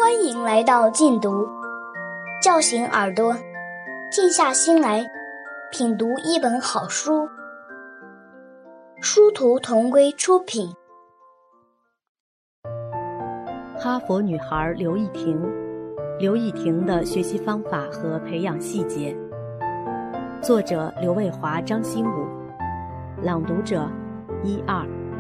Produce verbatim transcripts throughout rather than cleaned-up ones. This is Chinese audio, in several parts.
欢迎来到禁读，叫醒耳朵，静下心来品读一本好书。殊途同归出品。 哈佛女孩刘亦婷，刘亦婷的学习方法和培养细节。作者刘卫华、张新武，朗读者一二。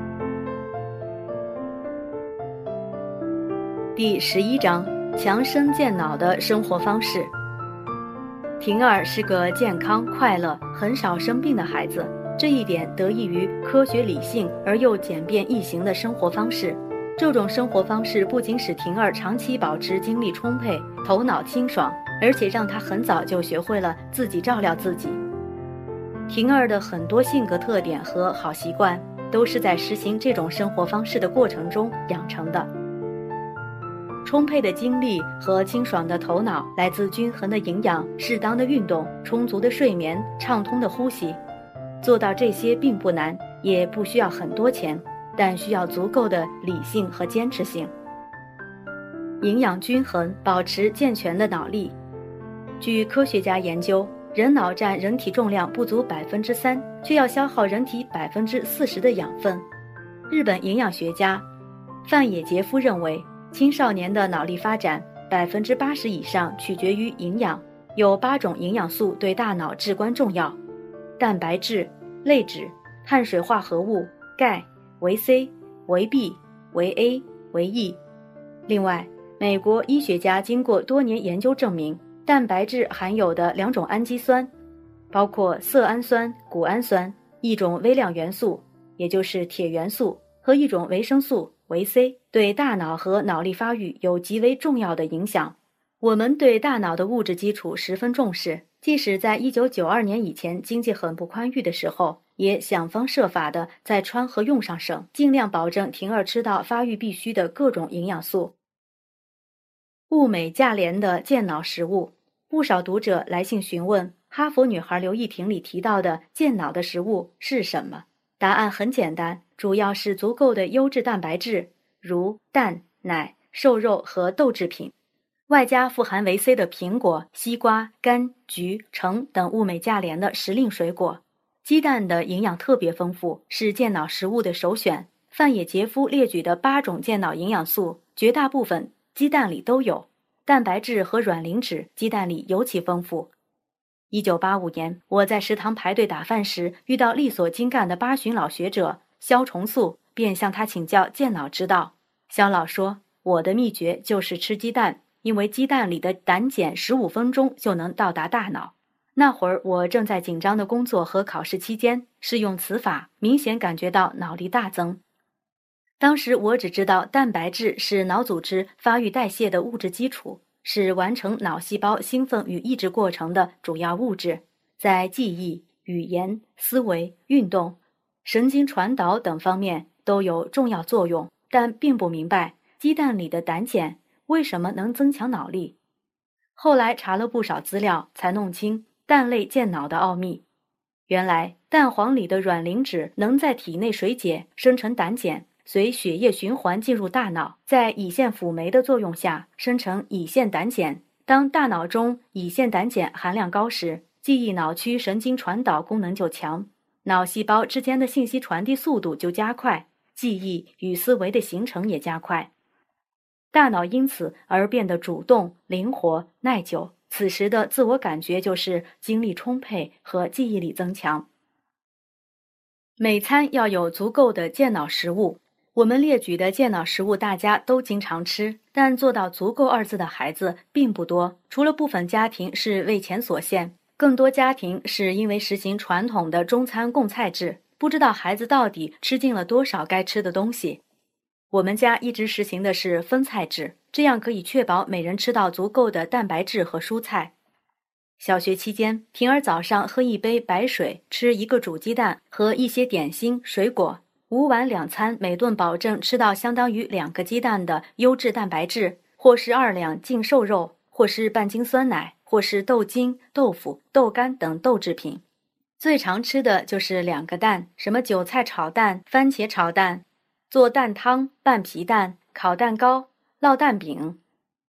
第十一章：强身健脑的生活方式。婷儿是个健康、快乐、很少生病的孩子，这一点得益于科学理性而又简便易行的生活方式。这种生活方式不仅使婷儿长期保持精力充沛、头脑清爽，而且让她很早就学会了自己照料自己。婷儿的很多性格特点和好习惯，都是在实行这种生活方式的过程中养成的。充沛的精力和清爽的头脑来自均衡的营养、适当的运动、充足的睡眠、畅通的呼吸。做到这些并不难，也不需要很多钱，但需要足够的理性和坚持性。营养均衡，保持健全的脑力。据科学家研究，人脑占人体重量不足百分之三，却要消耗人体百分之四十的养分。日本营养学家范野杰夫认为，青少年的脑力发展百分之八十以上取决于营养，有八种营养素对大脑至关重要：蛋白质、类脂、碳水化合物、钙、维 C、维 B、维 A、维 E。另外，美国医学家经过多年研究证明，蛋白质含有的两种氨基酸，包括色氨酸、谷氨酸，一种微量元素，也就是铁元素，和一种维生素维 C， 对大脑和脑力发育有极为重要的影响。我们对大脑的物质基础十分重视，即使在一九九二年以前经济很不宽裕的时候，也想方设法的在穿和用上省，尽量保证婷儿吃到发育必需的各种营养素。物美价廉的健脑食物。不少读者来信询问哈佛女孩刘亦婷里提到的健脑的食物是什么。答案很简单，主要是足够的优质蛋白质，如蛋、奶、瘦肉和豆制品，外加富含维 C 的苹果、西瓜、柑、橘、橙等物美价廉的时令水果。鸡蛋的营养特别丰富，是健脑食物的首选。范野杰夫列举的八种健脑营养素，绝大部分鸡蛋里都有，蛋白质和卵磷脂鸡蛋里尤其丰富。一九八五年，我在食堂排队打饭时，遇到力所精干的八旬老学者肖重素，便向他请教健脑之道。肖老说，我的秘诀就是吃鸡蛋，因为鸡蛋里的胆碱十五分钟就能到达大脑。那会儿我正在紧张的工作和考试期间，试用此法，明显感觉到脑力大增。当时我只知道蛋白质是脑组织发育代谢的物质基础，是完成脑细胞兴奋与抑制过程的主要物质，在记忆、语言、思维、运动、神经传导等方面都有重要作用，但并不明白鸡蛋里的胆碱为什么能增强脑力。后来查了不少资料，才弄清蛋类健脑的奥秘。原来蛋黄里的卵磷脂能在体内水解生成胆碱，随血液循环进入大脑，在乙腺辅酶的作用下生成乙腺胆碱。当大脑中乙腺胆碱含量高时，记忆脑区神经传导功能就强，脑细胞之间的信息传递速度就加快，记忆与思维的形成也加快，大脑因此而变得主动、灵活、耐久。此时的自我感觉就是精力充沛和记忆力增强。每餐要有足够的健脑食物。我们列举的健脑食物大家都经常吃，但做到足够二字的孩子并不多，除了部分家庭是为钱所限，更多家庭是因为实行传统的中餐供菜制，不知道孩子到底吃进了多少该吃的东西。我们家一直实行的是分菜制，这样可以确保每人吃到足够的蛋白质和蔬菜。小学期间，婷儿早上喝一杯白水，吃一个煮鸡蛋和一些点心、水果。午晚两餐，每顿保证吃到相当于两个鸡蛋的优质蛋白质，或是二两净瘦肉，或是半斤酸奶，或是豆精、豆腐、豆干等豆制品。最常吃的就是两个蛋，什么韭菜炒蛋、番茄炒蛋，做蛋汤、拌皮蛋、烤蛋糕、烙蛋饼。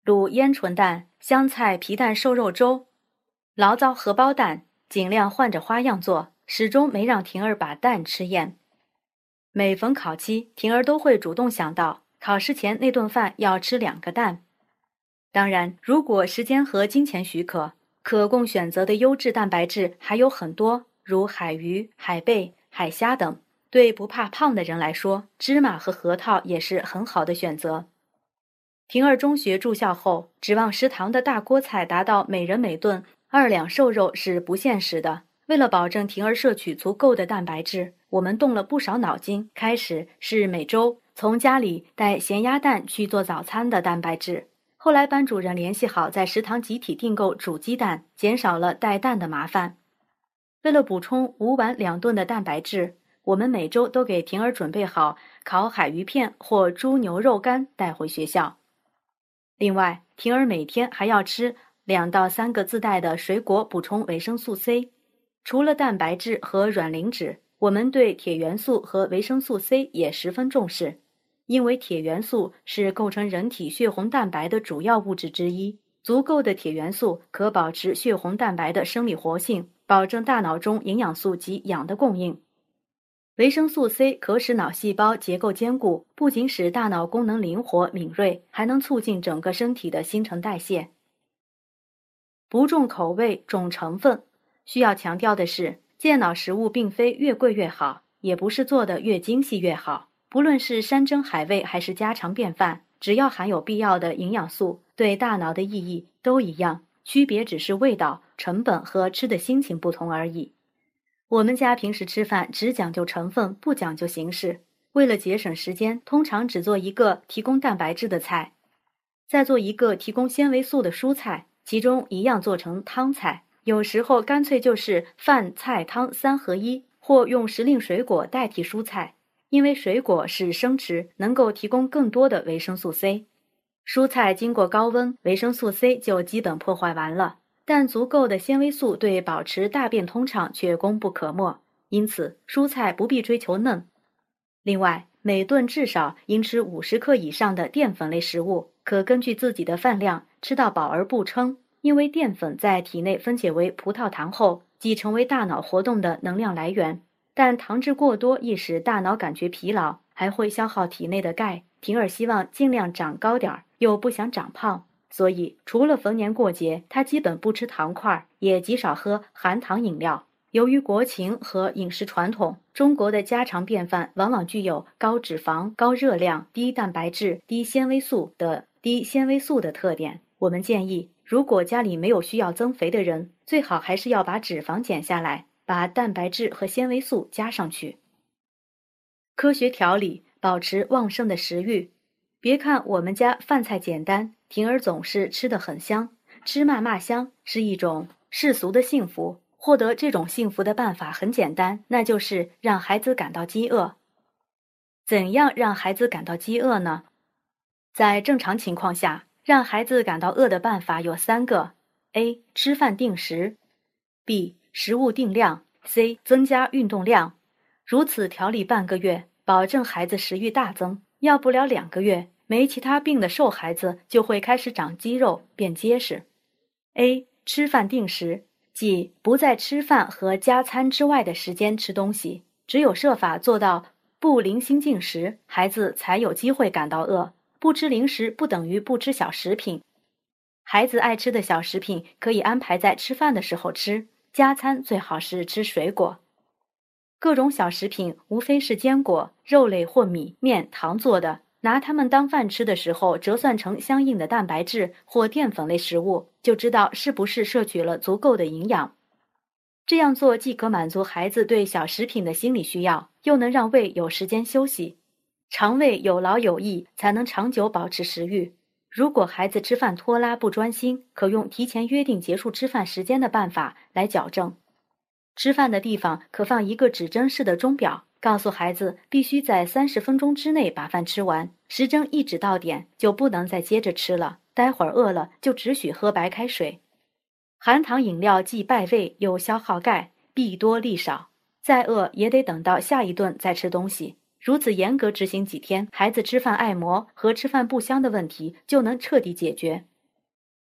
卤腌纯蛋、香菜皮蛋瘦肉粥、醪糟荷包蛋，尽量换着花样做，始终没让婷儿把蛋吃厌。每逢考期，婷儿都会主动想到考试前那顿饭要吃两个蛋。当然，如果时间和金钱许可，可供选择的优质蛋白质还有很多，如海鱼、海贝、海虾等。对不怕胖的人来说，芝麻和核桃也是很好的选择。婷儿中学住校后，指望食堂的大锅菜达到每人每顿二两瘦肉是不现实的。为了保证婷儿摄取足够的蛋白质，我们动了不少脑筋。开始是每周从家里带咸鸭蛋去做早餐的蛋白质，后来班主任联系好在食堂集体订购煮鸡蛋，减少了带蛋的麻烦。为了补充五碗两顿的蛋白质，我们每周都给婷儿准备好烤海鱼片或猪牛肉干带回学校。另外，婷儿每天还要吃两到三个自带的水果补充维生素 C。除了蛋白质和卵磷脂，我们对铁元素和维生素 C 也十分重视，因为铁元素是构成人体血红蛋白的主要物质之一。足够的铁元素可保持血红蛋白的生理活性，保证大脑中营养素及氧的供应。维生素 C 可使脑细胞结构坚固，不仅使大脑功能灵活敏锐，还能促进整个身体的新陈代谢。不重口味，重成分。需要强调的是，健脑食物并非越贵越好，也不是做得越精细越好。不论是山珍海味还是家常便饭，只要含有必要的营养素，对大脑的意义都一样，区别只是味道、成本和吃的心情不同而已。我们家平时吃饭只讲究成分，不讲究形式。为了节省时间，通常只做一个提供蛋白质的菜，再做一个提供纤维素的蔬菜，其中一样做成汤菜。有时候干脆就是饭菜汤三合一，或用时令水果代替蔬菜，因为水果是生吃，能够提供更多的维生素 C。蔬菜经过高温，维生素 C 就基本破坏完了。但足够的纤维素对保持大便通畅却功不可没，因此蔬菜不必追求嫩。另外，每顿至少应吃五十克以上的淀粉类食物，可根据自己的饭量吃到饱而不撑，因为淀粉在体内分解为葡萄糖后，即成为大脑活动的能量来源。但糖质过多易使大脑感觉疲劳，还会消耗体内的钙。婷儿希望尽量长高点儿，又不想长胖。所以，除了逢年过节，他基本不吃糖块，也极少喝含糖饮料。由于国情和饮食传统，中国的家常便饭往往具有高脂肪、高热量、低蛋白质、低纤维素的低纤维素的特点。我们建议，如果家里没有需要增肥的人，最好还是要把脂肪减下来，把蛋白质和纤维素加上去。科学调理，保持旺盛的食欲。别看我们家饭菜简单，婷儿总是吃得很香，吃嘛嘛香是一种世俗的幸福。获得这种幸福的办法很简单，那就是让孩子感到饥饿。怎样让孩子感到饥饿呢？在正常情况下，让孩子感到饿的办法有三个 ：A. 吃饭定时 ；B. 食物定量 ；C. 增加运动量。如此调理半个月，保证孩子食欲大增。要不了两个月，没其他病的瘦孩子就会开始长肌肉，变结实。A. 吃饭定时，即不在吃饭和加餐之外的时间吃东西，只有设法做到不零星进食，孩子才有机会感到饿。不吃零食不等于不吃小食品，孩子爱吃的小食品可以安排在吃饭的时候吃，加餐最好是吃水果。各种小食品无非是坚果、肉类或米、面、糖做的，拿它们当饭吃的时候，折算成相应的蛋白质或淀粉类食物，就知道是不是摄取了足够的营养。这样做既可满足孩子对小食品的心理需要，又能让胃有时间休息。肠胃有劳有益，才能长久保持食欲。如果孩子吃饭拖拉不专心，可用提前约定结束吃饭时间的办法来矫正。吃饭的地方可放一个指针式的钟表，告诉孩子必须在三十分钟之内把饭吃完，时针一指到点就不能再接着吃了，待会儿饿了就只许喝白开水。含糖饮料既败胃又消耗钙，弊多利少，再饿也得等到下一顿再吃东西。如此严格执行几天，孩子吃饭爱磨和吃饭不香的问题就能彻底解决。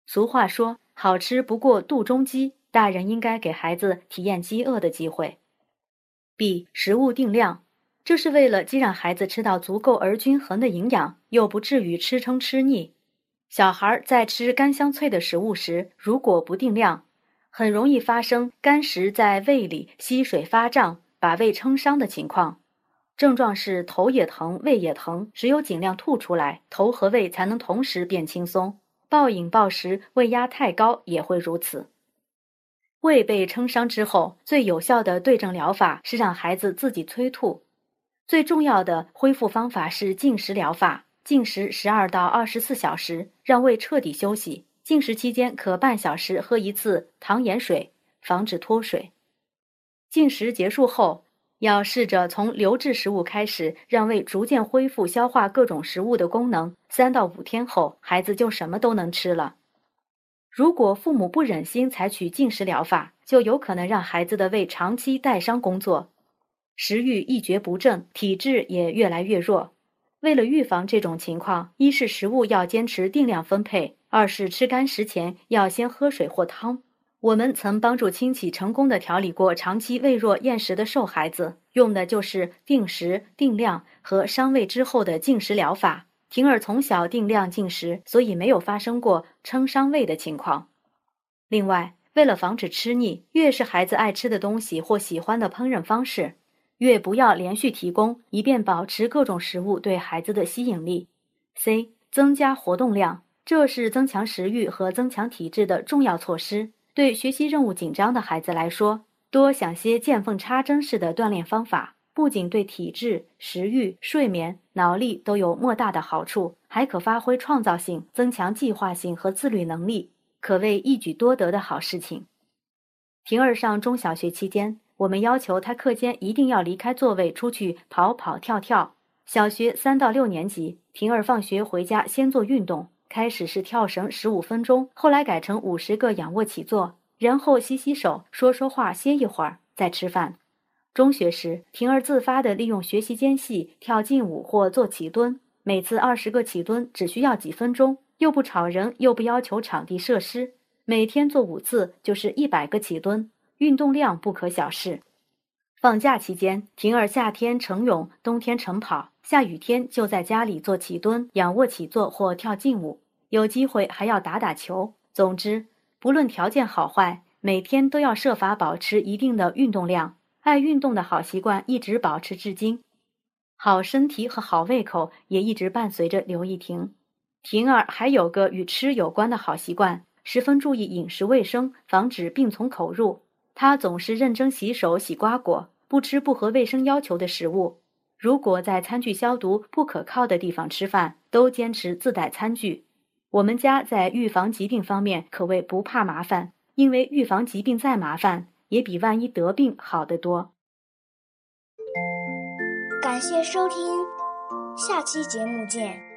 俗话说，好吃不过肚中饥，大人应该给孩子体验饥饿的机会。B. 食物定量，这是为了既让孩子吃到足够而均衡的营养，又不至于吃撑吃腻。小孩在吃干香脆的食物时，如果不定量，很容易发生干食在胃里吸水发胀，把胃撑伤的情况。症状是头也疼，胃也疼，只有尽量吐出来，头和胃才能同时变轻松。暴饮暴食，胃压太高也会如此。胃被撑伤之后，最有效的对症疗法是让孩子自己催吐。最重要的恢复方法是禁食疗法，禁食十二到二十四小时，让胃彻底休息。禁食期间可半小时喝一次糖盐水，防止脱水。禁食结束后，要试着从流质食物开始，让胃逐渐恢复消化各种食物的功能。三到五天后，孩子就什么都能吃了。如果父母不忍心采取禁食疗法，就有可能让孩子的胃长期带伤工作，食欲一蹶不振，体质也越来越弱。为了预防这种情况，一是食物要坚持定量分配，二是吃干食前要先喝水或汤。我们曾帮助亲戚成功地调理过长期胃弱厌食的瘦孩子，用的就是定时、定量和伤胃之后的禁食疗法。婷儿从小定量进食，所以没有发生过撑伤胃的情况。另外，为了防止吃腻，越是孩子爱吃的东西或喜欢的烹饪方式，越不要连续提供，以便保持各种食物对孩子的吸引力。C. 增加活动量，这是增强食欲和增强体质的重要措施。对学习任务紧张的孩子来说，多想些见缝插针式的锻炼方法，不仅对体质、食欲、睡眠、脑力都有莫大的好处，还可发挥创造性，增强计划性和自律能力，可谓一举多得的好事情。婷儿上中小学期间，我们要求她课间一定要离开座位出去跑跑跳跳。小学三到六年级，婷儿放学回家先做运动，开始是跳绳十五分钟，后来改成五十个仰卧起坐，然后洗洗手，说说话，歇一会儿，再吃饭。中学时，婷儿自发地利用学习间隙跳劲舞或做起蹲，每次二十个起蹲只需要几分钟，又不吵人，又不要求场地设施。每天做五次，就是一百个起蹲，运动量不可小视。放假期间，婷儿夏天晨泳，冬天晨跑，下雨天就在家里做起蹲、仰卧起坐或跳劲舞，有机会还要打打球。总之，不论条件好坏，每天都要设法保持一定的运动量。爱运动的好习惯一直保持至今，好身体和好胃口也一直伴随着刘亦婷。婷儿还有个与吃有关的好习惯，十分注意饮食卫生，防止病从口入。她总是认真洗手、洗瓜果，不吃不合卫生要求的食物。如果在餐具消毒不可靠的地方吃饭，都坚持自带餐具。我们家在预防疾病方面可谓不怕麻烦，因为预防疾病再麻烦，也比万一得病好得多。 感谢收听，下期节目见。